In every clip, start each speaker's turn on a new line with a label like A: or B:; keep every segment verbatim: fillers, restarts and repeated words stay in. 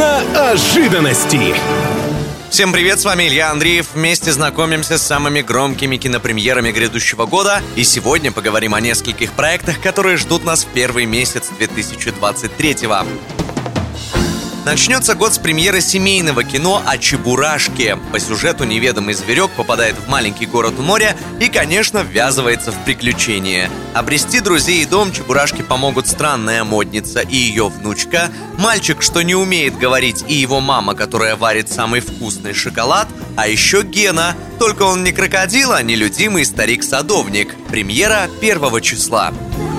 A: Киноожиданности.
B: Всем привет, с вами Илья Андреев. Вместе знакомимся с самыми громкими кинопремьерами грядущего года. И сегодня поговорим о нескольких проектах, которые ждут нас в первый месяц две тысячи двадцать третьего. Начнется год с премьеры семейного кино о Чебурашке. По сюжету неведомый зверек попадает в маленький город у моря и, конечно, ввязывается в приключения. Обрести друзей и дом Чебурашке помогут странная модница и ее внучка, мальчик, что не умеет говорить, и его мама, которая варит самый вкусный шоколад, а еще Гена, только он не крокодил, а нелюдимый старик-садовник. Премьера первого числа.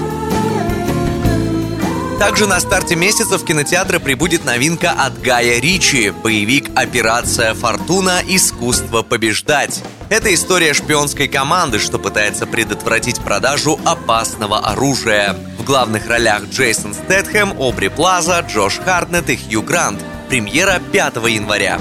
B: Также на старте месяца в кинотеатры прибудет новинка от Гая Ричи – боевик «Операция Фортуна. Искусство побеждать». Это история шпионской команды, что пытается предотвратить продажу опасного оружия. В главных ролях Джейсон Стэтхэм, Обри Плаза, Джош Хартнетт и Хью Грант. Премьера пятого января.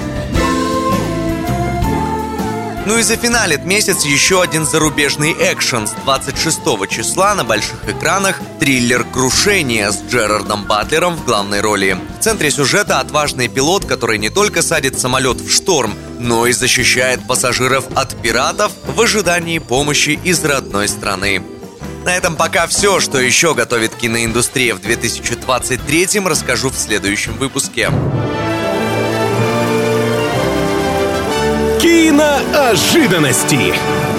B: Ну и зафиналит месяц еще один зарубежный экшен. С двадцать шестого числа на больших экранах триллер «Крушение» с Джерардом Батлером в главной роли. В центре сюжета отважный пилот, который не только садит самолет в шторм, но и защищает пассажиров от пиратов в ожидании помощи из родной страны. На этом пока все, что еще готовит киноиндустрия в две тысячи двадцать третьем, расскажу в следующем выпуске.
A: Киноожиданности.